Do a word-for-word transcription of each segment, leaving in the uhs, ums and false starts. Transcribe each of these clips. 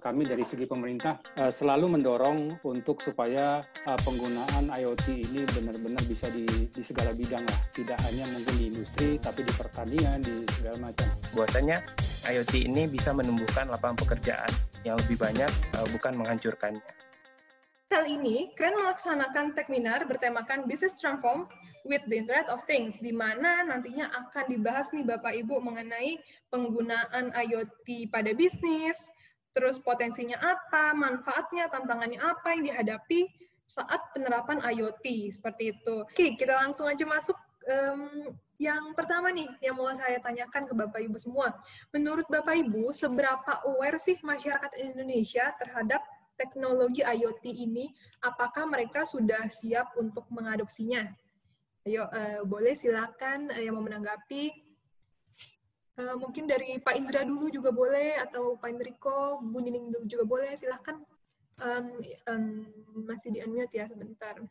kami dari segi pemerintah uh, selalu mendorong untuk supaya uh, penggunaan I O T ini benar-benar bisa di, di segala bidang lah, tidak hanya mungkin di industri, tapi di pertanian, di segala macam. Bahwasanya I O T ini bisa menumbuhkan lapangan pekerjaan yang lebih banyak, uh, bukan menghancurkannya. Kali ini, Kren melaksanakan Techminar bertemakan Business Transform with the Internet of Things, di mana nantinya akan dibahas nih Bapak Ibu mengenai penggunaan I O T pada bisnis, terus potensinya apa, manfaatnya, tantangannya apa yang dihadapi saat penerapan I O T, seperti itu. Oke, kita langsung aja masuk. Um, yang pertama nih, yang mau saya tanyakan ke Bapak Ibu semua. Menurut Bapak Ibu, seberapa aware sih masyarakat Indonesia terhadap teknologi I O T ini, apakah mereka sudah siap untuk mengadopsinya? Ayo, uh, boleh silakan uh, yang mau menanggapi. Uh, mungkin dari Pak Indra dulu juga boleh, atau Pak Indriko, Bu Nining dulu juga boleh, silakan. Um, um, masih di-unmute ya sebentar.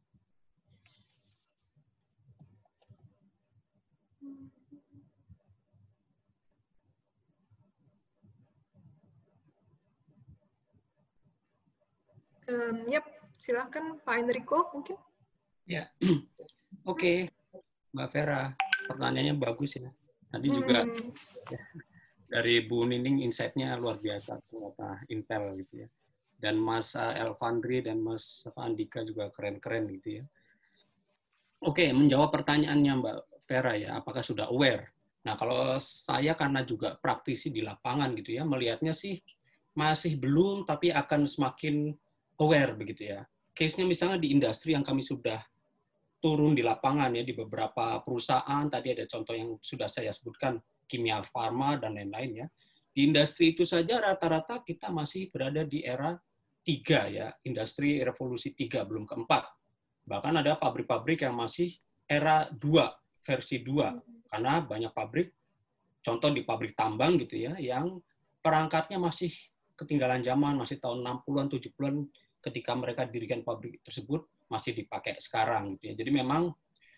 Um, yep, silakan Pak Enrico mungkin. Ya, oke, okay. Mbak Vera, pertanyaannya bagus ya. Tadi juga hmm. ya, dari Bu Nining insight-nya luar biasa, ternyata Intel gitu ya. Dan Mas Elvandri dan Mas Andika juga keren-keren gitu ya. Oke, okay, menjawab pertanyaannya Mbak Vera ya, apakah sudah aware? Nah, kalau saya karena juga praktisi di lapangan gitu ya, melihatnya sih masih belum, tapi akan semakin aware begitu ya. Case-nya misalnya di industri yang kami sudah turun di lapangan ya, di beberapa perusahaan, tadi ada contoh yang sudah saya sebutkan, kimia farma dan lain-lain ya. Di industri itu saja rata-rata kita masih berada di era tiga ya, industri revolusi tiga, belum keempat. Bahkan ada pabrik-pabrik yang masih era dua, versi dua, karena banyak pabrik, contoh di pabrik tambang gitu ya, yang perangkatnya masih ketinggalan zaman, masih tahun enam puluhan, tujuh puluhan, ketika mereka dirikan pabrik tersebut masih dipakai sekarang gitu ya. Jadi memang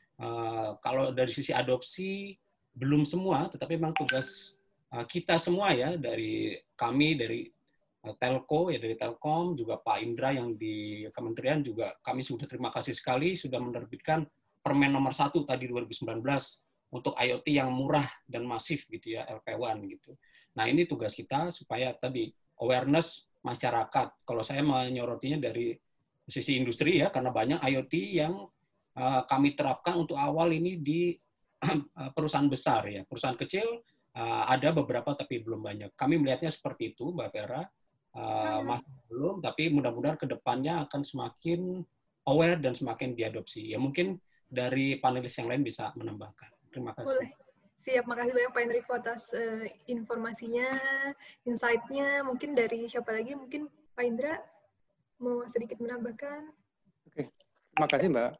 uh, kalau dari sisi adopsi belum semua, tetapi memang tugas uh, kita semua ya, dari kami dari uh, Telco ya, dari Telkom, juga Pak Indra yang di Kementerian juga kami sudah terima kasih sekali sudah menerbitkan Permen nomor satu tadi dua ribu sembilan belas untuk I O T yang murah dan masif gitu ya, L P satu gitu. Nah, ini tugas kita supaya tadi awareness masyarakat. Kalau saya menyorotinya dari sisi industri ya, karena banyak I O T yang uh, kami terapkan untuk awal ini di uh, perusahaan besar ya. Perusahaan kecil uh, ada beberapa tapi belum banyak. Kami melihatnya seperti itu, Mbak Vera. Uh, masih belum, tapi mudah-mudahan ke depannya akan semakin aware dan semakin diadopsi. Ya mungkin dari panelis yang lain bisa menambahkan. Terima kasih. Boleh. Siap, makasih banyak Pak Enrico atas uh, informasinya, insight-nya. Mungkin dari siapa lagi? Mungkin Pak Indra mau sedikit menambahkan. Oke, terima kasih Mbak.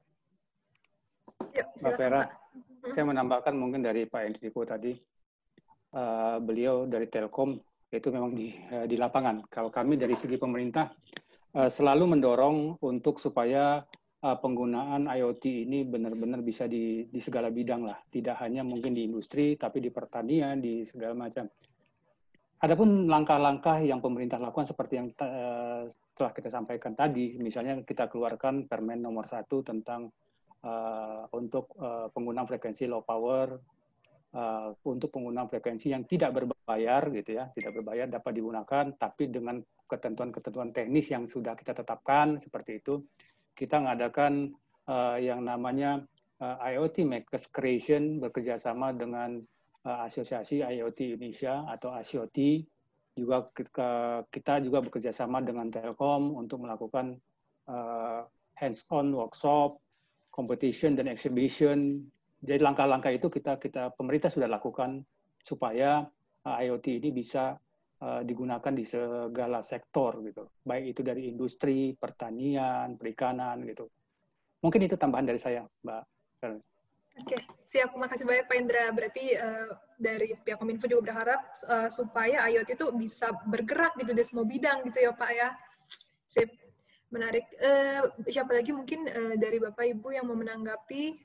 Yuk, Mbak Vera, Pak. Saya menambahkan mungkin dari Pak Enrico tadi. Uh, beliau dari Telkom, itu memang di, uh, di lapangan. Kalau kami dari segi pemerintah, uh, selalu mendorong untuk supaya Uh, penggunaan I O T ini benar-benar bisa di, di segala bidang lah, tidak hanya mungkin di industri, tapi di pertanian, di segala macam. Adapun langkah-langkah yang pemerintah lakukan seperti yang uh, telah kita sampaikan tadi, misalnya kita keluarkan Permen nomor satu tentang uh, untuk uh, penggunaan frekuensi low power, uh, untuk penggunaan frekuensi yang tidak berbayar, gitu ya, tidak berbayar dapat digunakan, tapi dengan ketentuan-ketentuan teknis yang sudah kita tetapkan seperti itu. Kita mengadakan uh, yang namanya uh, I O T Makers Creation bekerjasama dengan uh, Asosiasi I O T Indonesia atau A S I O T. Juga kita, kita juga bekerjasama dengan Telkom untuk melakukan uh, hands-on workshop, competition dan exhibition. Jadi langkah-langkah itu kita kita pemerintah sudah lakukan supaya uh, I O T ini bisa Uh, digunakan di segala sektor gitu, baik itu dari industri, pertanian, perikanan gitu. Mungkin itu tambahan dari saya, Mbak. Oke, okay, siap. Makasih banyak Pak Indra. Berarti uh, dari pihak Kominfo juga berharap uh, supaya I O T itu bisa bergerak gitu di semua bidang gitu ya Pak ya. Sip, menarik. Uh, siapa lagi mungkin uh, dari Bapak Ibu yang mau menanggapi?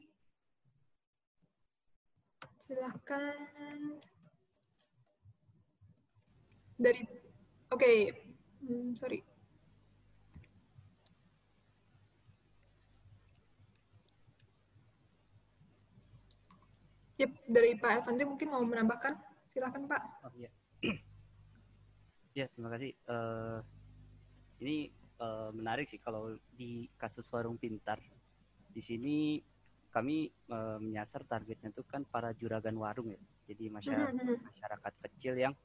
Silakan. Dari, oke, okay. Hmm, sorry. Yep, dari Pak Elvandri mungkin mau menambahkan. Silakan Pak. Oh, iya. Ya, terima kasih. Uh, ini uh, menarik sih kalau di kasus warung pintar. Di sini kami uh, menyasar targetnya itu kan para juragan warung ya. Jadi masyarakat, masyarakat kecil yang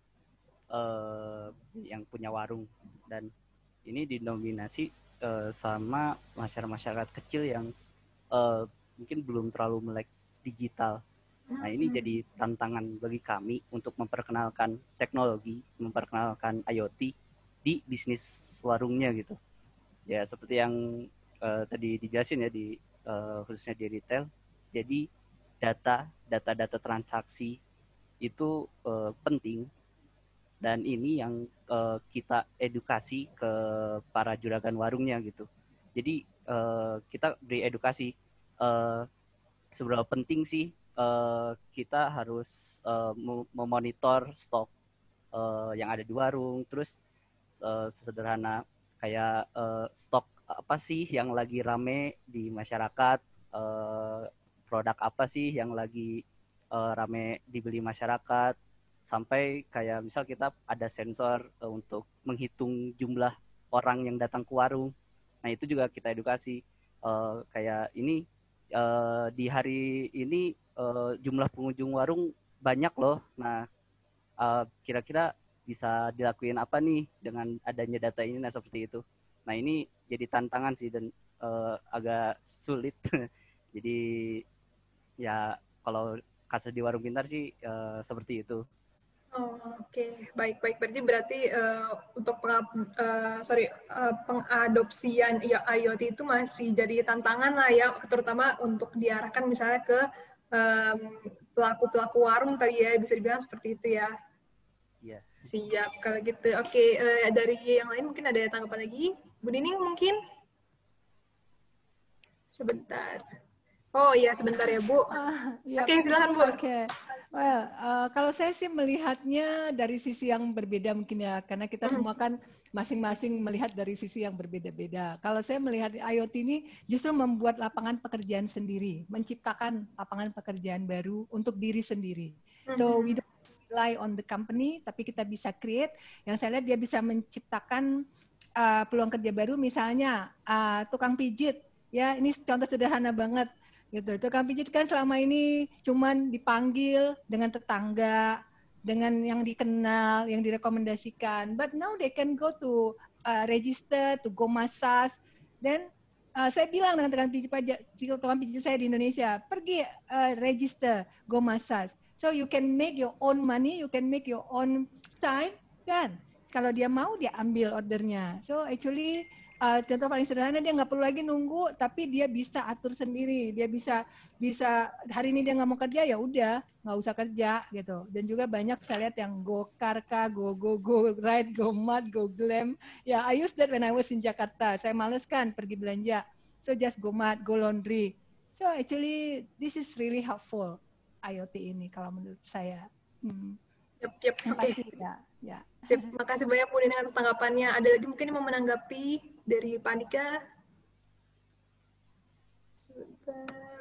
uh, yang punya warung, dan ini dinominasi uh, sama masyarakat-masyarakat kecil yang uh, mungkin belum terlalu melek digital. Nah, ini jadi tantangan bagi kami untuk memperkenalkan teknologi, memperkenalkan IoT di bisnis warungnya gitu. Ya, seperti yang uh, tadi dijelasin ya, di uh, khususnya di retail. Jadi data, data-data transaksi itu uh, penting, dan ini yang uh, kita edukasi ke para juragan warungnya gitu. Jadi uh, kita beri edukasi uh, seberapa penting sih Uh, kita harus uh, memonitor stok uh, yang ada di warung, terus uh, sederhana kayak uh, stok apa sih yang lagi rame di masyarakat, uh, produk apa sih yang lagi uh, rame dibeli masyarakat, sampai kayak misal kita ada sensor uh, untuk menghitung jumlah orang yang datang ke warung. Nah, itu juga kita edukasi uh, kayak ini uh, di hari ini Uh, jumlah pengunjung warung banyak loh. Nah, uh, kira-kira bisa dilakuin apa nih dengan adanya data ini? Nah, seperti itu. Nah, ini jadi tantangan sih, dan uh, agak sulit. Jadi ya kalau kasus di warung pintar sih uh, seperti itu. Oh, oke, okay. baik-baik. Berarti berarti uh, untuk peng, uh, sorry uh, pengadopsian IoT itu masih jadi tantangan lah ya, terutama untuk diarahkan misalnya ke um, pelaku-pelaku warung tadi ya, bisa dibilang seperti itu ya. Iya. Siap kalau gitu. Oke, okay, uh, dari yang lain mungkin ada tanggapan lagi, Bu Nining mungkin? Sebentar. Oh iya, sebentar ya Bu. Uh, yep. Oke, okay, silakan Bu. Oke. Okay. Well, uh, kalau saya sih melihatnya dari sisi yang berbeda mungkin ya, karena kita semua kan masing-masing melihat dari sisi yang berbeda-beda. Kalau saya melihat IoT ini justru membuat lapangan pekerjaan sendiri, menciptakan lapangan pekerjaan baru untuk diri sendiri. So we don't rely on the company, tapi kita bisa create. Yang saya lihat dia bisa menciptakan uh, peluang kerja baru, misalnya uh, tukang pijit. Ya, ini contoh sederhana banget. Gitu. Tukang pijit kan selama ini cuman dipanggil dengan tetangga, dengan yang dikenal, yang direkomendasikan. But now they can go to uh, register, to go massage. Dan uh, saya bilang dengan tukang pijit, tukang pijit saya di Indonesia, pergi uh, register, go massage. So you can make your own money, you can make your own time, kan? Kalau dia mau, dia ambil ordernya. So actually, Uh, contoh paling sederhana, dia nggak perlu lagi nunggu, tapi dia bisa atur sendiri. Dia bisa bisa hari ini dia nggak mau kerja, ya udah nggak usah kerja gitu. Dan juga banyak saya lihat yang go karka, go go go ride, go mat, go glam. Ya, yeah, I use that when I was in Jakarta. Saya males kan pergi belanja, so just go mat, go laundry. So actually this is really helpful IoT ini kalau menurut saya. Hmm. Yep, yep. Oke. Okay. Ya, ya. Terima kasih banyak Bu Nining atas tanggapannya. Ada lagi mungkin yang mau menanggapi dari Pak Andika? Sebentar.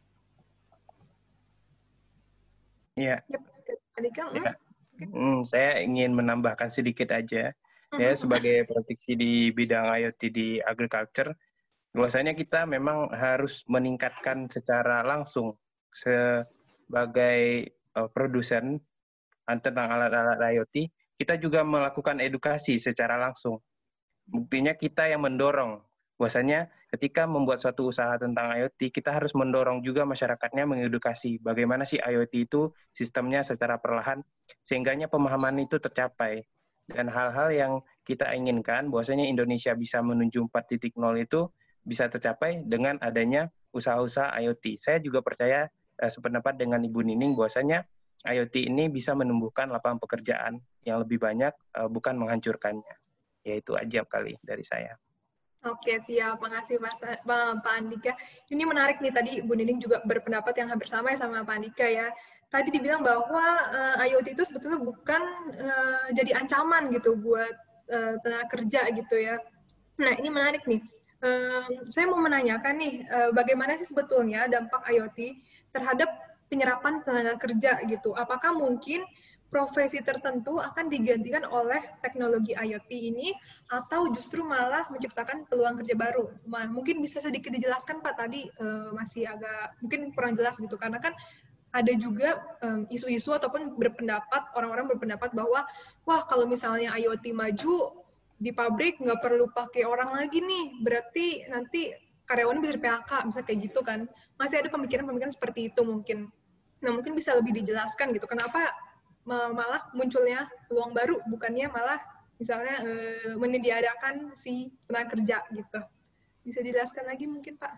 Iya. Yep, Pak Andika. Ya. Hmm, saya ingin menambahkan sedikit aja. Ya, sebagai praktisi di bidang IoT di agriculture, bahwasanya kita memang harus meningkatkan secara langsung sebagai uh, produsen tentang alat-alat IoT, kita juga melakukan edukasi secara langsung. Buktinya kita yang mendorong, bahwasanya ketika membuat suatu usaha tentang IoT, kita harus mendorong juga masyarakatnya mengedukasi bagaimana sih IoT itu sistemnya secara perlahan, sehingganya pemahaman itu tercapai. Dan hal-hal yang kita inginkan, bahwasanya Indonesia bisa menuju empat titik nol itu bisa tercapai dengan adanya usaha-usaha IoT. Saya juga percaya eh, sependapat dengan Ibu Nining, bahwasanya IoT ini bisa menumbuhkan lapangan pekerjaan yang lebih banyak, uh, bukan menghancurkannya. Ya, itu aja kali dari saya. Oke, siap. Makasih Mas, Pak Andika. Ini menarik nih, tadi Bu Nining juga berpendapat yang hampir sama ya sama Pak Andika ya. Tadi dibilang bahwa uh, IoT itu sebetulnya bukan uh, jadi ancaman gitu buat uh, tenaga kerja gitu ya. Nah, ini menarik nih. Uh, saya mau menanyakan nih, uh, bagaimana sih sebetulnya dampak I O T terhadap penyerapan tenaga kerja gitu? Apakah mungkin profesi tertentu akan digantikan oleh teknologi I O T ini, atau justru malah menciptakan peluang kerja baru? Mungkin bisa sedikit dijelaskan Pak, tadi uh, masih agak mungkin kurang jelas gitu, karena kan ada juga um, isu-isu ataupun berpendapat, orang-orang berpendapat bahwa, wah kalau misalnya I O T maju, di pabrik nggak perlu pakai orang lagi nih, berarti nanti karyawan bisa di P H K, bisa kayak gitu kan. Masih ada pemikiran-pemikiran seperti itu mungkin. Nah mungkin bisa lebih dijelaskan gitu, kenapa malah munculnya peluang baru, bukannya malah misalnya e, menyediakan si tenaga kerja gitu. Bisa dijelaskan lagi mungkin Pak?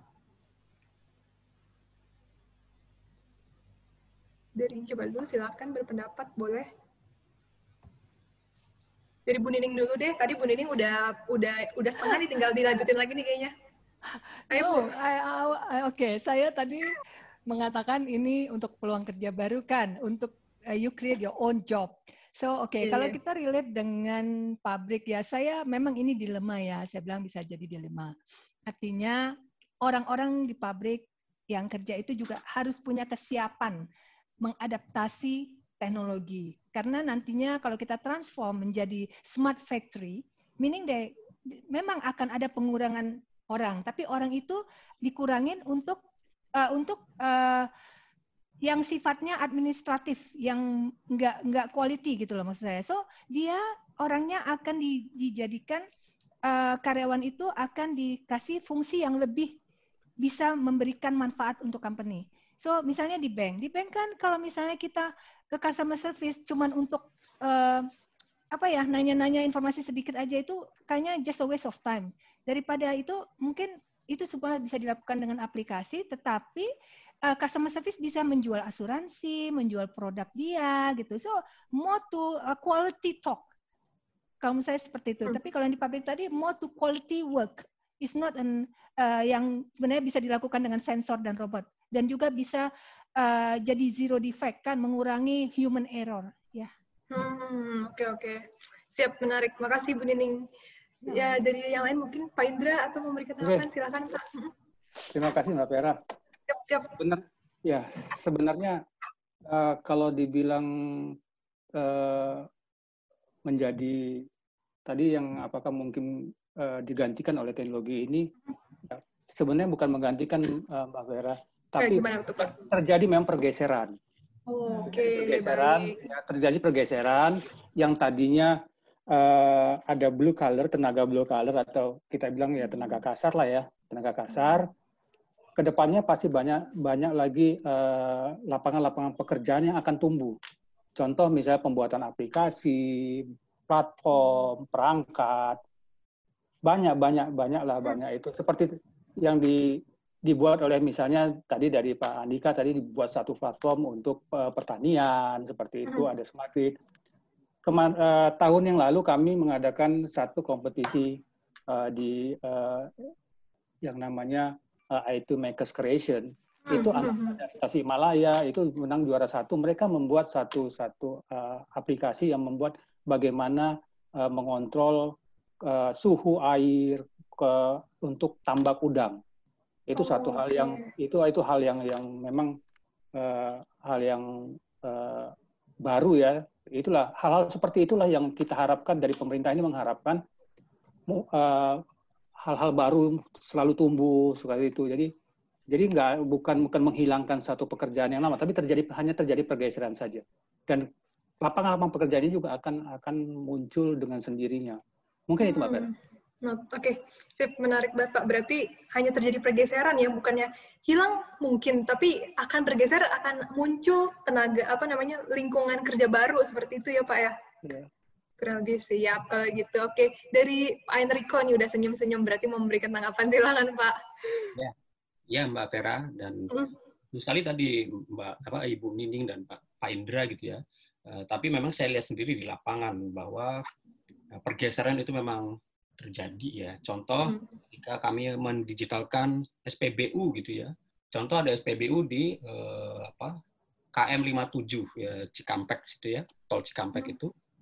Dari coba dulu, silakan berpendapat, boleh. Dari Bu Nining dulu deh. Tadi Bu Nining udah udah udah setengah nih, tinggal dilanjutin lagi nih kayaknya. Ayo Bu. No, Oke, okay. Saya tadi mengatakan ini untuk peluang kerja baru kan, untuk uh, you create your own job. So, oke, okay, yeah, kalau yeah. kita relate dengan pabrik ya, saya memang ini dilema ya, saya bilang bisa jadi dilema. Artinya orang-orang di pabrik yang kerja itu juga harus punya kesiapan mengadaptasi teknologi. Karena nantinya kalau kita transform menjadi smart factory, meaning they, memang akan ada pengurangan orang, tapi orang itu dikurangin untuk uh, untuk uh, yang sifatnya administratif, yang nggak nggak quality gitu loh maksud saya. So dia orangnya akan di, dijadikan uh, karyawan itu akan dikasih fungsi yang lebih bisa memberikan manfaat untuk company. So misalnya di bank, di bank kan kalau misalnya kita ke customer service cuman untuk uh, apa ya nanya-nanya informasi sedikit aja, itu kayaknya just a waste of time. Daripada itu mungkin itu semua bisa dilakukan dengan aplikasi, tetapi Uh, customer service bisa menjual asuransi, menjual produk dia gitu. So more to uh, quality talk. Kalau menurut saya seperti itu. Hmm. Tapi kalau yang di pabrik tadi more to quality work. It's not an uh, yang sebenarnya bisa dilakukan dengan sensor dan robot, dan juga bisa uh, jadi zero defect kan, mengurangi human error. Ya. Hmm, oke okay, oke. Okay. Siap, menarik. Makasih Bu Nining. Ya dari yang lain mungkin Pak Indra atau memberikan tanggapan, okay. Silakan Pak. Terima kasih Mbak Vera. Sebenar, ya, sebenarnya uh, kalau dibilang uh, menjadi tadi yang apakah mungkin uh, digantikan oleh teknologi ini, ya, sebenarnya bukan menggantikan uh, Mbak Vera, tapi itu, terjadi memang pergeseran. Oh, Oke. Okay. Pergeseran, ya, terjadi pergeseran yang tadinya uh, ada blue collar, tenaga blue collar atau kita bilang ya tenaga kasar lah ya, tenaga kasar. Kedepannya pasti banyak banyak lagi uh, lapangan-lapangan pekerjaan yang akan tumbuh. Contoh misalnya pembuatan aplikasi, platform, perangkat, banyak banyak banyak lah banyak itu. Seperti yang di, dibuat oleh misalnya tadi dari Pak Andika tadi dibuat satu platform untuk uh, pertanian seperti itu, ada Smart Grid. Kemar, uh, tahun yang lalu kami mengadakan satu kompetisi uh, di uh, yang namanya I T Makers Creation, itu anak dari Tasikmalaya itu menang juara satu. Mereka membuat satu satu uh, aplikasi yang membuat bagaimana uh, mengontrol uh, suhu air ke untuk tambak udang. Itu oh, satu hal yang itu itu hal yang yang memang uh, hal yang uh, baru ya. Itulah hal-hal seperti itulah yang kita harapkan dari pemerintah ini, mengharapkan uh, hal-hal baru selalu tumbuh seperti itu. Jadi jadi nggak bukan bukan menghilangkan satu pekerjaan yang lama, tapi terjadi hanya terjadi pergeseran saja. Dan lapangan-lapangan pekerjaan ini juga akan akan muncul dengan sendirinya. Mungkin itu Mbak Vera. Nah, Oke, okay. Sip, menarik banget Pak. Berarti hanya terjadi pergeseran ya, bukannya hilang mungkin, tapi akan bergeser, akan muncul tenaga apa namanya lingkungan kerja baru seperti itu ya Pak ya. Yeah. Kurang lebih siap kalau gitu. Oke, dari Pak Enrico nih udah senyum-senyum, berarti mau memberikan tanggapan, silakan Pak. Ya, ya Mbak Vera, dan mm. sekali tadi Mbak apa Ibu Nining dan Pak Pak Indra gitu ya. Uh, tapi memang saya lihat sendiri di lapangan bahwa uh, pergeseran itu memang terjadi ya. Contoh mm. ketika kami mendigitalkan S P B U gitu ya. Contoh ada S P B U di uh, apa K M lima puluh tujuh ya, Cikampek gitu ya, tol Cikampek mm. itu.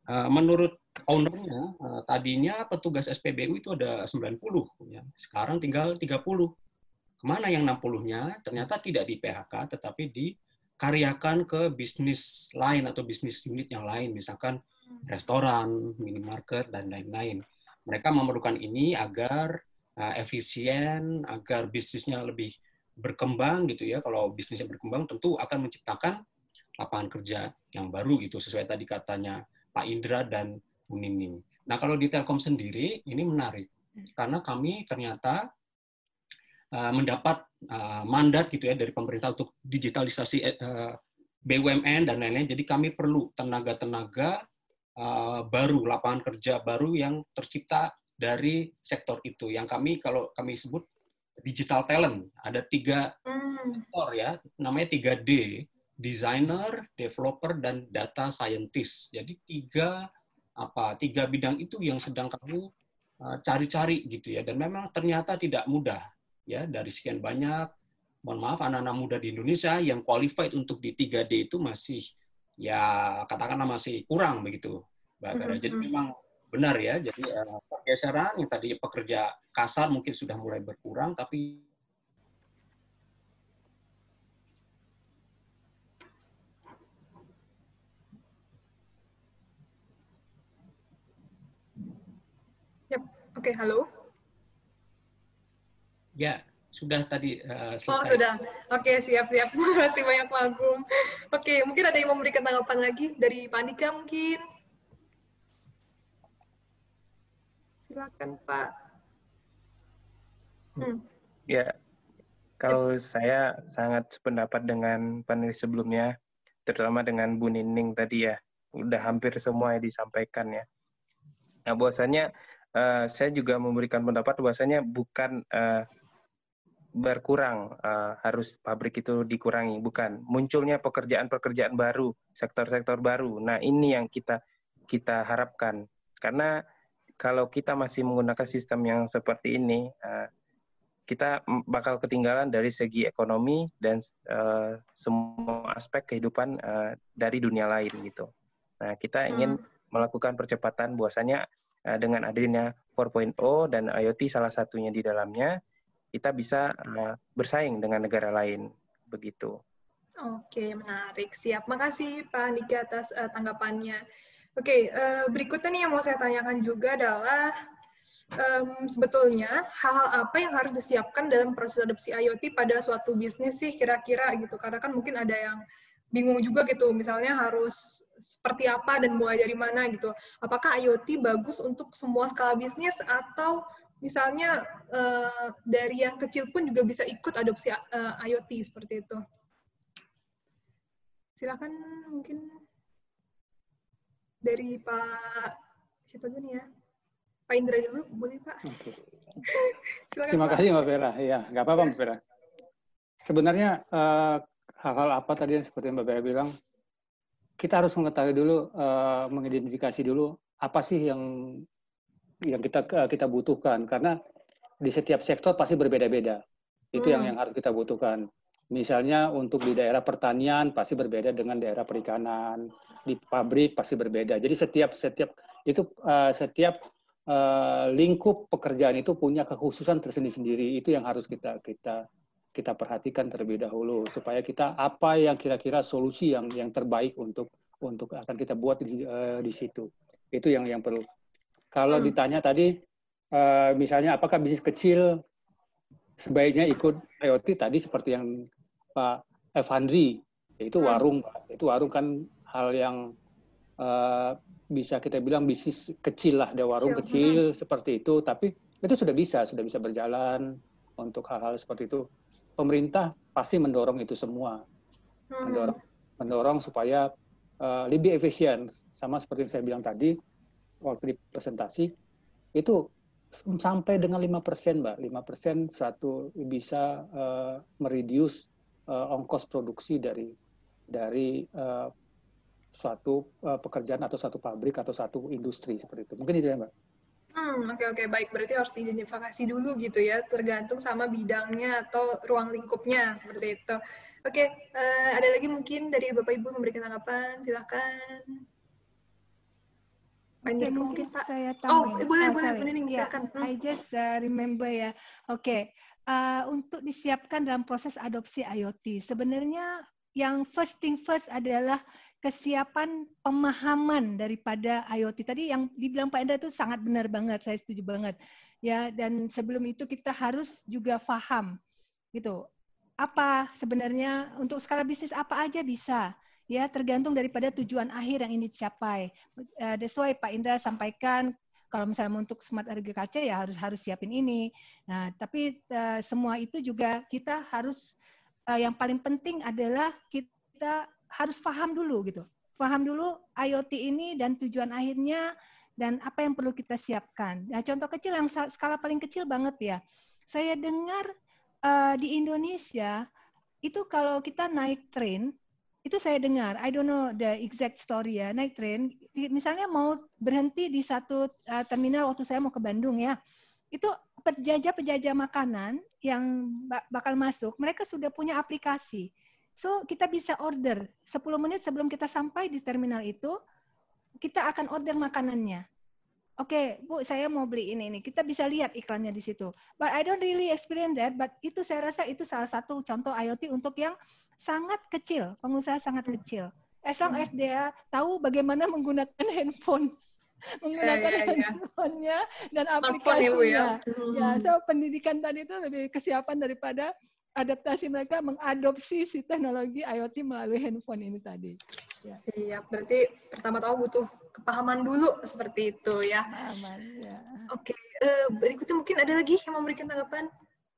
uh, menurut ownernya, uh, tadinya petugas S P B U itu ada sembilan puluh, ya. Sekarang tinggal tiga puluh. Kemana yang enam puluh-nya? Ternyata tidak di P H K, tetapi dikaryakan ke bisnis lain atau bisnis unit yang lain, misalkan restoran, minimarket, dan lain-lain. Mereka memerlukan ini agar uh, efisien, agar bisnisnya lebih berkembang gitu ya. Kalau bisnisnya berkembang, tentu akan menciptakan lapangan kerja yang baru gitu, sesuai tadi katanya Pak Indra dan Bu Nining. Nah, kalau di Telkom sendiri, ini menarik. Karena kami ternyata uh, mendapat uh, mandat gitu ya dari pemerintah untuk digitalisasi uh, B U M N dan lain-lain. Jadi kami perlu tenaga-tenaga uh, baru, lapangan kerja baru yang tercipta dari sektor itu. Yang kami, kalau kami sebut digital talent. Ada tiga sektor ya, namanya tiga D. Designer, developer, dan data scientist. Jadi tiga apa tiga bidang itu yang sedang kamu cari-cari uh, gitu ya. Dan memang ternyata tidak mudah ya, dari sekian banyak, mohon maaf, anak-anak muda di Indonesia yang qualified untuk di tiga D itu masih ya katakanlah masih kurang begitu, Mbak Vera. Jadi memang benar ya. Jadi uh, pergeseran yang tadi pekerja kasar mungkin sudah mulai berkurang, tapi Oke, okay, halo. Ya, sudah tadi uh, selesai. Oh, sudah. Oke, okay, siap-siap. Terima kasih banyak, Pak Agung. Oke, okay, mungkin ada yang memberikan tanggapan lagi dari Pak Andika mungkin. Silakan, Pak. Hmm. Ya, kalau saya sangat sependapat dengan panelis sebelumnya, terutama dengan Bu Nining tadi ya. Udah hampir semua yang disampaikan ya. Nah, bahwasanya Uh, saya juga memberikan pendapat bahwasanya bukan uh, berkurang, uh, harus pabrik itu dikurangi, bukan. Munculnya pekerjaan-pekerjaan baru, sektor-sektor baru. Nah, ini yang kita kita harapkan. Karena kalau kita masih menggunakan sistem yang seperti ini, uh, kita bakal ketinggalan dari segi ekonomi dan uh, semua aspek kehidupan uh, dari dunia lain gitu. Nah, kita ingin hmm. melakukan percepatan bahwasanya dengan adanya empat titik nol dan IoT salah satunya di dalamnya, kita bisa uh, bersaing dengan negara lain, begitu. Oke, menarik. Siap. Makasih Pak Andika atas uh, tanggapannya. Oke, uh, berikutnya nih yang mau saya tanyakan juga adalah um, sebetulnya hal-hal apa yang harus disiapkan dalam proses adopsi IoT pada suatu bisnis sih kira-kira gitu. Karena kan mungkin ada yang bingung juga gitu, misalnya harus seperti apa dan mulai dari mana gitu. Apakah IoT bagus untuk semua skala bisnis atau misalnya uh, dari yang kecil pun juga bisa ikut adopsi uh, IoT seperti itu. Silakan mungkin dari Pak siapa dulu ya? Pak Indra dulu, boleh Pak? Oke. Silakan, Terima Pak. kasih Mbak Vera. Ya, nggak apa-apa Mbak Vera. Sebenarnya uh, hal-hal apa tadi yang seperti Mbak Vera bilang, kita harus mengetahui dulu, uh, mengidentifikasi dulu apa sih yang yang kita uh, kita butuhkan, karena di setiap sektor pasti berbeda-beda. Itu hmm. yang yang harus kita butuhkan. Misalnya untuk di daerah pertanian pasti berbeda dengan daerah perikanan, di pabrik pasti berbeda. Jadi setiap setiap itu uh, setiap uh, lingkup pekerjaan itu punya kekhususan tersendiri-sendiri. Itu yang harus kita kita kita perhatikan terlebih dahulu supaya kita apa yang kira-kira solusi yang yang terbaik untuk untuk akan kita buat di, uh, di situ. Itu yang yang perlu. Kalau hmm. ditanya tadi uh, misalnya apakah bisnis kecil sebaiknya ikut IoT, tadi seperti yang Pak Evandri, yaitu warung, hmm. itu warung kan hal yang uh, bisa kita bilang bisnis kecil lah, ada warung Siap. kecil hmm. seperti itu, tapi itu sudah bisa sudah bisa berjalan untuk hal-hal seperti itu. Pemerintah pasti mendorong itu semua, hmm. mendorong mendorong supaya uh, lebih efisien, sama seperti yang saya bilang tadi waktu di presentasi, itu sampai dengan lima persen, Mbak. lima persen satu bisa uh, mereduce uh, ongkos produksi dari dari uh, suatu uh, pekerjaan atau satu pabrik atau satu industri seperti itu. Mungkin itu ya, Mbak. Hmm, oke oke baik. Berarti harus diidentifikasi dulu gitu ya, tergantung sama bidangnya atau ruang lingkupnya seperti itu. Oke, uh, ada lagi mungkin dari Bapak Ibu memberikan tanggapan, silakan. Pak Enrico mungkin Pak. Saya oh, tambahin. boleh, oh, boleh, sorry. Nining, Yeah, silakan. Hmm. I just uh, remember ya. Oke, okay. uh, untuk disiapkan dalam proses adopsi IoT, sebenarnya yang first thing first adalah kesiapan pemahaman daripada IoT. Tadi yang dibilang Pak Endra itu sangat benar banget, saya setuju banget. Ya, dan sebelum itu kita harus juga paham, gitu. Apa sebenarnya untuk skala bisnis apa aja bisa. Ya, tergantung daripada tujuan akhir yang ingin dicapai. Uh, that's why Pak Indra sampaikan kalau misalnya untuk smart agriculture ya harus harus siapin ini. Nah, tapi uh, semua itu juga kita harus uh, yang paling penting adalah kita harus paham dulu gitu. Paham dulu IoT ini dan tujuan akhirnya dan apa yang perlu kita siapkan. Nah, contoh kecil yang skala paling kecil banget ya. Saya dengar uh, di Indonesia itu kalau kita naik train itu saya dengar, I don't know the exact story ya, naik train, misalnya mau berhenti di satu uh, terminal waktu saya mau ke Bandung ya, itu penjajah-penjajah makanan yang bakal masuk, mereka sudah punya aplikasi. So, kita bisa order, sepuluh menit sebelum kita sampai di terminal itu, kita akan order makanannya. Oke, okay, Bu, saya mau beli ini, ini. Kita bisa lihat iklannya di situ. But I don't really experience that, but itu saya rasa itu salah satu contoh IoT untuk yang sangat kecil, pengusaha sangat kecil. As long as dia tahu bagaimana menggunakan handphone, menggunakan yeah, yeah, yeah. handphonenya dan aplikasinya. Ya, ya, so pendidikan tadi itu lebih kesiapan daripada adaptasi mereka mengadopsi si teknologi IoT melalui handphone ini tadi. Ya. Iya, berarti pertama-tama butuh kepahaman dulu seperti itu ya. Kepahaman, ya. Oke, uh, berikutnya mungkin ada lagi yang mau memberikan tanggapan?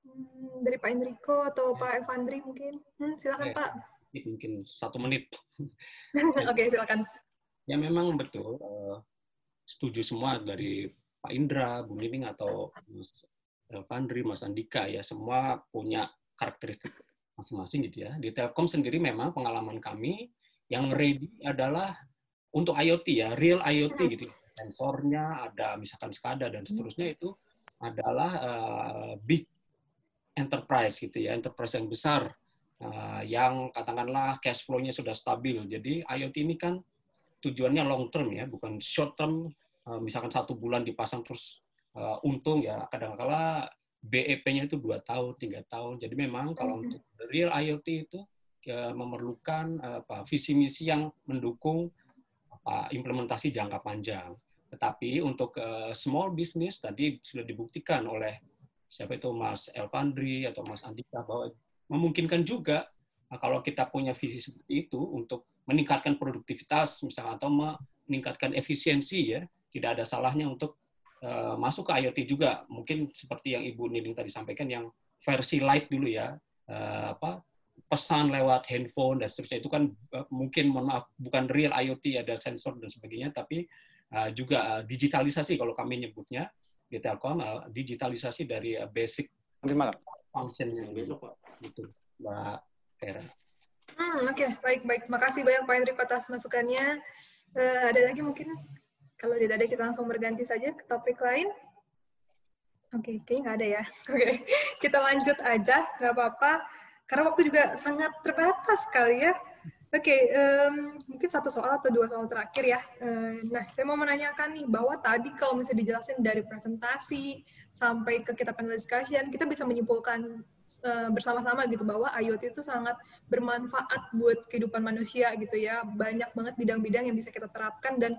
Dari Pak Enrico atau Pak Evandri mungkin. Hmm, silakan, Pak. Mungkin satu menit. Oke, okay, silakan. Ya memang betul. Uh, setuju semua dari Pak Indra, Bu Nining, atau Mas Evandri, Mas Andika. Ya semua punya karakteristik masing-masing gitu ya. Di Telkom sendiri memang pengalaman kami yang ready adalah untuk IoT ya, real IoT hmm. gitu. Sensornya ada misalkan SCADA dan seterusnya itu adalah uh, big enterprise gitu ya, enterprise yang besar uh, yang katakanlah cash flow-nya sudah stabil. Jadi IoT ini kan tujuannya long term ya, bukan short term. Uh, misalkan satu bulan dipasang terus uh, untung ya, kadang-kala B E P-nya itu dua tahun, tiga tahun. Jadi memang kalau mm-hmm. untuk real IoT itu ya, memerlukan uh, apa, visi misi yang mendukung apa, implementasi jangka panjang. Tetapi untuk uh, small business tadi sudah dibuktikan oleh siapa itu Mas Elvandri atau Mas Andika bahwa memungkinkan juga nah, kalau kita punya visi seperti itu untuk meningkatkan produktivitas misalnya atau meningkatkan efisiensi ya, tidak ada salahnya untuk uh, masuk ke IoT juga. Mungkin seperti yang Ibu Nining tadi sampaikan yang versi light dulu ya, uh, apa pesan lewat handphone dan seterusnya itu kan uh, mungkin mohon maaf bukan real IoT, ada sensor dan sebagainya, tapi uh, juga uh, digitalisasi kalau kami nyebutnya di Telkom, uh, digitalisasi dari uh, basic function-nya besok Pak. Gitu, Mbak Vera. Hmm, Oke, okay. baik baik. Makasih banyak Pak Enrico atas masukannya. Uh, ada lagi mungkin? Kalau tidak ada kita langsung berganti saja ke topik lain. Oke, okay, kayaknya nggak ada ya. Oke, okay. Kita lanjut aja, nggak apa-apa. Karena waktu juga sangat terbatas sekali ya. Oke, okay, um, mungkin satu soal atau dua soal terakhir ya. Uh, nah, saya mau menanyakan nih, bahwa tadi kalau misalnya dijelasin dari presentasi sampai ke kita panel discussion, kita bisa menyimpulkan uh, bersama-sama gitu bahwa IoT itu sangat bermanfaat buat kehidupan manusia gitu ya. Banyak banget bidang-bidang yang bisa kita terapkan dan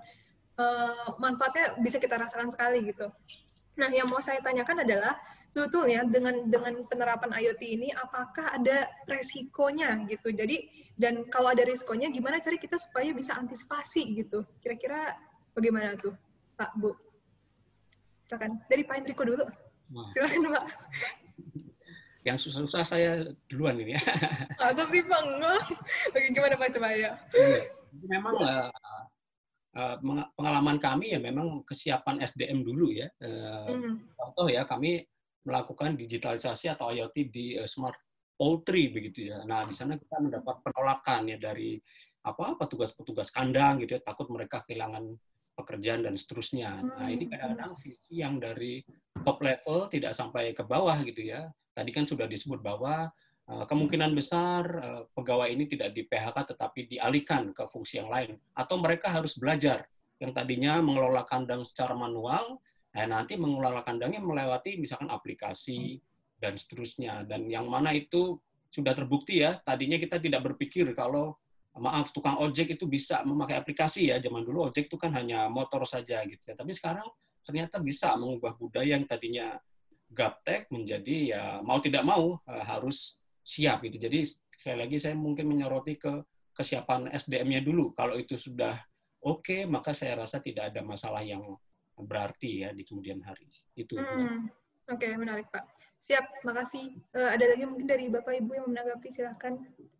uh, manfaatnya bisa kita rasakan sekali gitu. Nah, yang mau saya tanyakan adalah sebetulnya dengan dengan penerapan IoT ini apakah ada resikonya gitu. Jadi dan kalau ada risikonya gimana cara kita supaya bisa antisipasi gitu. Kira-kira bagaimana tuh, Pak, Bu? Silakan. Dari Pak Enrico dulu. Silakan, Pak. Yang susah-susah saya duluan ini ya. Masa sih, Bang? Oke, gimana Pak coba ya? Memang uh, uh, pengalaman kami ya memang kesiapan S D M dulu ya. Uh, mm. Contoh ya, kami melakukan digitalisasi atau IoT di uh, smart poultry begitu ya. Nah, di sana kita mendapat penolakan ya dari apa petugas-petugas kandang gitu ya, takut mereka kehilangan pekerjaan dan seterusnya. Nah, ini kadang-kadang visi yang dari top level tidak sampai ke bawah gitu ya. Tadi kan sudah disebut bahwa uh, kemungkinan besar uh, pegawai ini tidak di P H K tetapi dialihkan ke fungsi yang lain atau mereka harus belajar yang tadinya mengelola kandang secara manual, nah nanti mengelola kandangnya melewati misalkan aplikasi dan seterusnya. Dan yang mana itu sudah terbukti ya, tadinya kita tidak berpikir kalau, maaf, tukang ojek itu bisa memakai aplikasi ya. Zaman dulu ojek itu kan hanya motor saja gitu ya. Tapi sekarang ternyata bisa mengubah budaya yang tadinya gaptek menjadi ya mau tidak mau harus siap gitu. Jadi sekali lagi saya mungkin menyoroti ke kesiapan S D M-nya dulu. Kalau itu sudah oke, okay, maka saya rasa tidak ada masalah yang berarti ya di kemudian hari. Itu. Hmm. Oke, okay, menarik Pak. Siap, makasih. Uh, ada lagi mungkin dari Bapak Ibu yang menanggapi, silakan.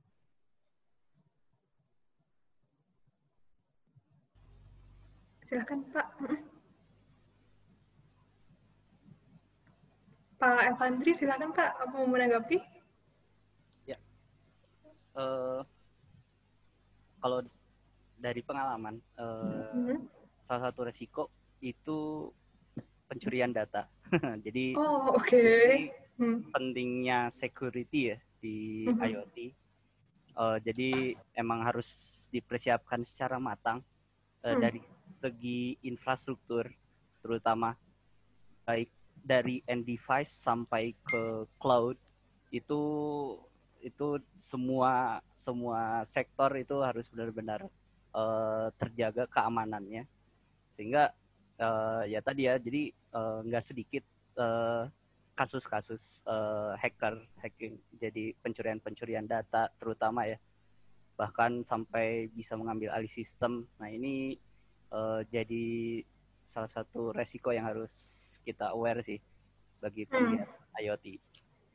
Silakan Pak. Pak Evandri, silakan Pak, apa mau menanggapi? Ya, uh, kalau dari pengalaman, uh, mm-hmm. salah satu resiko itu pencurian data. Jadi, oh, oke. Okay. Hmm. pentingnya security ya di mm-hmm. IoT. Uh, jadi emang harus dipersiapkan secara matang uh, hmm. dari segi infrastruktur, terutama baik dari end device sampai ke cloud, itu itu semua semua sektor itu harus benar-benar uh, terjaga keamanannya, sehingga uh, ya tadi ya, jadi nggak uh, sedikit uh, kasus-kasus uh, hacker hacking, jadi pencurian-pencurian data terutama ya, bahkan sampai bisa mengambil alih sistem. Nah ini uh, jadi salah satu resiko yang harus kita aware sih bagi penggiat hmm. IoT. Oke,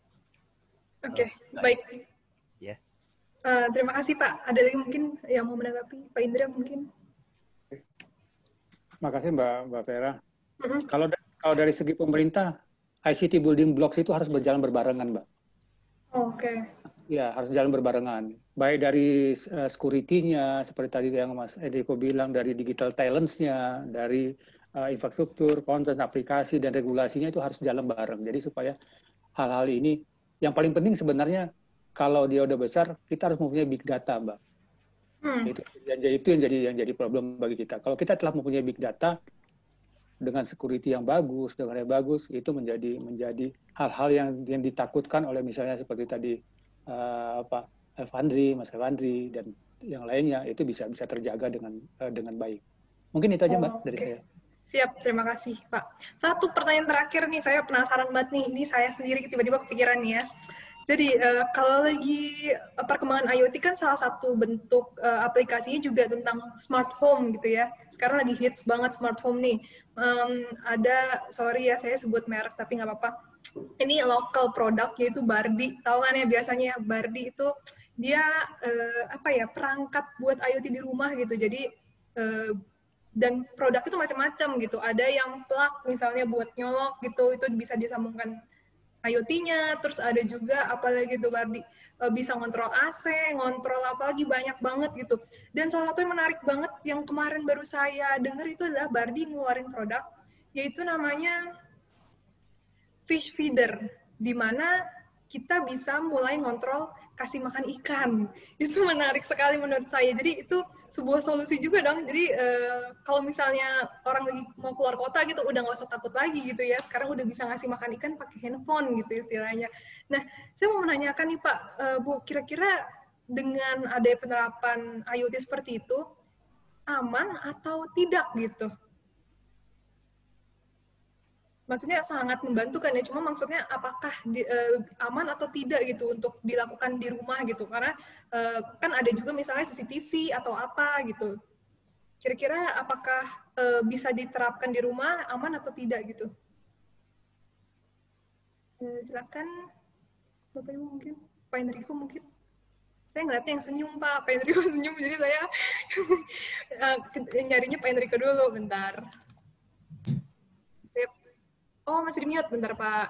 okay, uh, baik. Ya. Yeah. Uh, terima kasih Pak. Ada lagi mungkin yang mau menanggapi? Pak Indra mungkin. Terima kasih Mbak Mbak Vera. Mm-hmm. Kalau kalau dari segi pemerintah, I C T building blocks itu harus berjalan berbarengan, Mbak. Oh, oke. Okay. Ya, harus jalan berbarengan. Baik dari uh, security-nya, seperti tadi yang Mas Edeko bilang, dari digital talents-nya, dari uh, infrastruktur, konten, aplikasi, dan regulasinya itu harus jalan bareng. Jadi supaya hal-hal ini, yang paling penting sebenarnya, kalau dia udah besar, kita harus mempunyai big data, Mbak. Hmm. Itu, yang, itu yang jadi yang jadi problem bagi kita. Kalau kita telah mempunyai big data, dengan security yang bagus, dengan yang bagus, itu menjadi menjadi hal-hal yang yang ditakutkan oleh misalnya seperti tadi uh, apa Evandri, Mas Evandri dan yang lainnya, itu bisa bisa terjaga dengan uh, dengan baik. Mungkin itu aja Mbak oh, dari okay. saya. Siap, terima kasih Pak. Satu pertanyaan terakhir nih, saya penasaran banget nih, ini saya sendiri tiba-tiba kepikiran nih ya. Jadi uh, kalau lagi uh, perkembangan IoT kan salah satu bentuk uh, aplikasinya juga tentang smart home gitu ya. Sekarang lagi hits banget smart home nih. Um, ada, sorry ya saya sebut merek tapi nggak apa-apa. Ini local product yaitu Bardi. Tahu kan ya biasanya Bardi itu dia uh, apa ya perangkat buat IoT di rumah gitu. Jadi uh, dan produk itu macam-macam gitu. Ada yang plug misalnya buat nyolok gitu, itu bisa disambungkan IoT-nya, terus ada juga apalagi tuh Bardi, bisa ngontrol A C, ngontrol apalagi banyak banget gitu. Dan salah satu yang menarik banget yang kemarin baru saya dengar itu adalah Bardi ngeluarin produk, yaitu namanya fish feeder, di mana kita bisa mulai ngontrol kasih makan ikan. Itu menarik sekali menurut saya. Jadi itu sebuah solusi juga dong. Jadi uh, kalau misalnya orang lagi mau keluar kota gitu, udah nggak usah takut lagi gitu ya. Sekarang udah bisa ngasih makan ikan pakai handphone gitu istilahnya. Nah, saya mau menanyakan nih Pak, uh, Bu, kira-kira dengan ada penerapan IoT seperti itu, aman atau tidak gitu? Maksudnya sangat membantu kan ya, cuma maksudnya apakah di, uh, aman atau tidak gitu untuk dilakukan di rumah gitu, karena uh, kan ada juga misalnya C C T V atau apa gitu. Kira-kira apakah uh, bisa diterapkan di rumah, aman atau tidak gitu? Uh, silakan Bapak Ibu mungkin, Pak Enrico mungkin. Saya ngeliatnya yang senyum Pak, Pak Enrico senyum, jadi saya uh, nyarinya Pak Enrico dulu, bentar. Oh, masih di mute, bentar, Pak.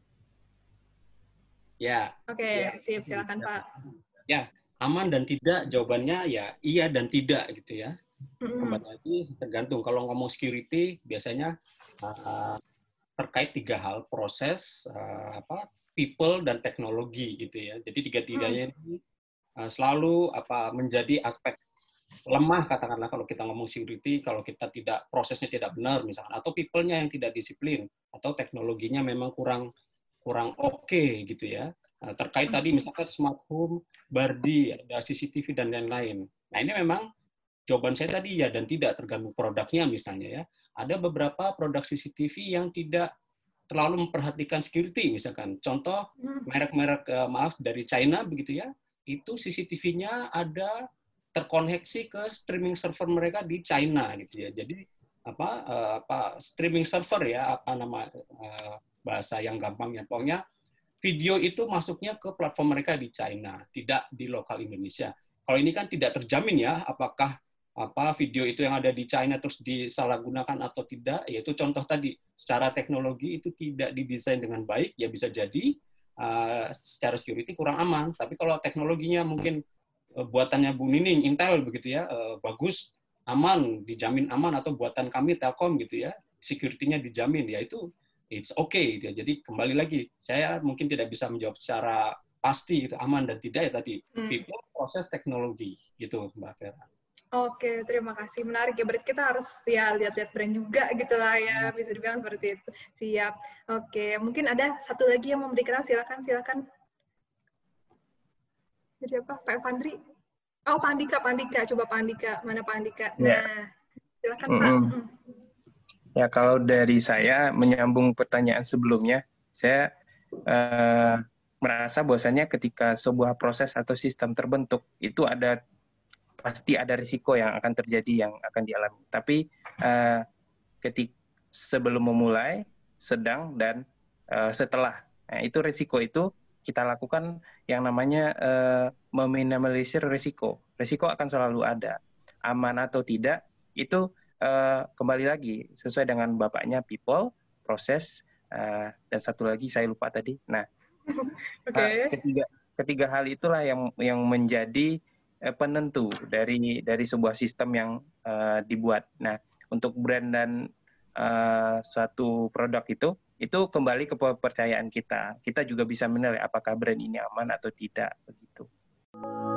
Ya. Oke, okay, ya. Siap, silakan, Pak. Ya, aman dan tidak, jawabannya ya iya dan tidak, gitu ya. Mm-hmm. Kembali lagi, tergantung. Kalau ngomong security, biasanya uh, terkait tiga hal, proses, uh, apa, people, dan teknologi, gitu ya. Jadi tiga-tiganya mm. ini uh, selalu apa menjadi aspek lemah, katakanlah kalau kita ngomong security, kalau kita tidak prosesnya tidak benar misalkan, atau people-nya yang tidak disiplin, atau teknologinya memang kurang kurang oke okay, gitu ya. Nah, terkait tadi misalkan smart home, Bardi, ada C C T V dan lain-lain. Nah ini memang jawaban saya tadi ya dan tidak, tergantung produknya misalnya ya. Ada beberapa produk C C T V yang tidak terlalu memperhatikan security misalkan. Contoh merek-merek uh, maaf dari China begitu ya, itu C C T V-nya ada terkoneksi ke streaming server mereka di China gitu ya. Jadi apa uh, apa streaming server ya, apa nama uh, bahasa yang gampangnya, pokoknya video itu masuknya ke platform mereka di China, tidak di lokal Indonesia. Kalau ini kan tidak terjamin ya, apakah apa video itu yang ada di China terus disalahgunakan atau tidak, yaitu contoh tadi, secara teknologi itu tidak didesain dengan baik, ya bisa jadi uh, secara security kurang aman. Tapi kalau teknologinya mungkin uh, buatannya Bu Nining, Intel begitu ya, uh, bagus, aman, dijamin aman, atau buatan kami Telkom gitu ya, security-nya dijamin, ya itu it's okay gitu ya. Jadi kembali lagi, saya mungkin tidak bisa menjawab secara pasti gitu, aman dan tidak ya tadi. Hmm. People, proses, teknologi gitu Mbak Vera. Oke, terima kasih. Menarik ya. Berarti kita harus ya lihat-lihat brand juga gitu lah ya. Bisa dibilang seperti itu. Siap. Oke, mungkin ada satu lagi yang mau memberikan. Silakan, silakan. Jadi apa? Pak Evandri? Oh, Pak Andika, Pak Andika. Coba Pak Andika. Mana Pak Andika? Nah, ya. Silakan Pak. Mm-hmm. Ya, kalau dari saya menyambung pertanyaan sebelumnya, saya eh, merasa bahwasanya ketika sebuah proses atau sistem terbentuk, itu ada pasti ada risiko yang akan terjadi, yang akan dialami. Tapi uh, ketika sebelum memulai, sedang, dan uh, setelah, nah, itu risiko itu kita lakukan yang namanya uh, meminimalisir risiko. Risiko akan selalu ada. Aman atau tidak, itu uh, kembali lagi sesuai dengan bapaknya people, proses, uh, dan satu lagi saya lupa tadi. Nah, okay. ketiga ketiga hal itulah yang yang menjadi penentu dari dari sebuah sistem yang uh, dibuat. Nah, untuk brand dan uh, suatu produk itu, itu kembali ke kepercayaan kita. Kita juga bisa menilai apakah brand ini aman atau tidak, begitu.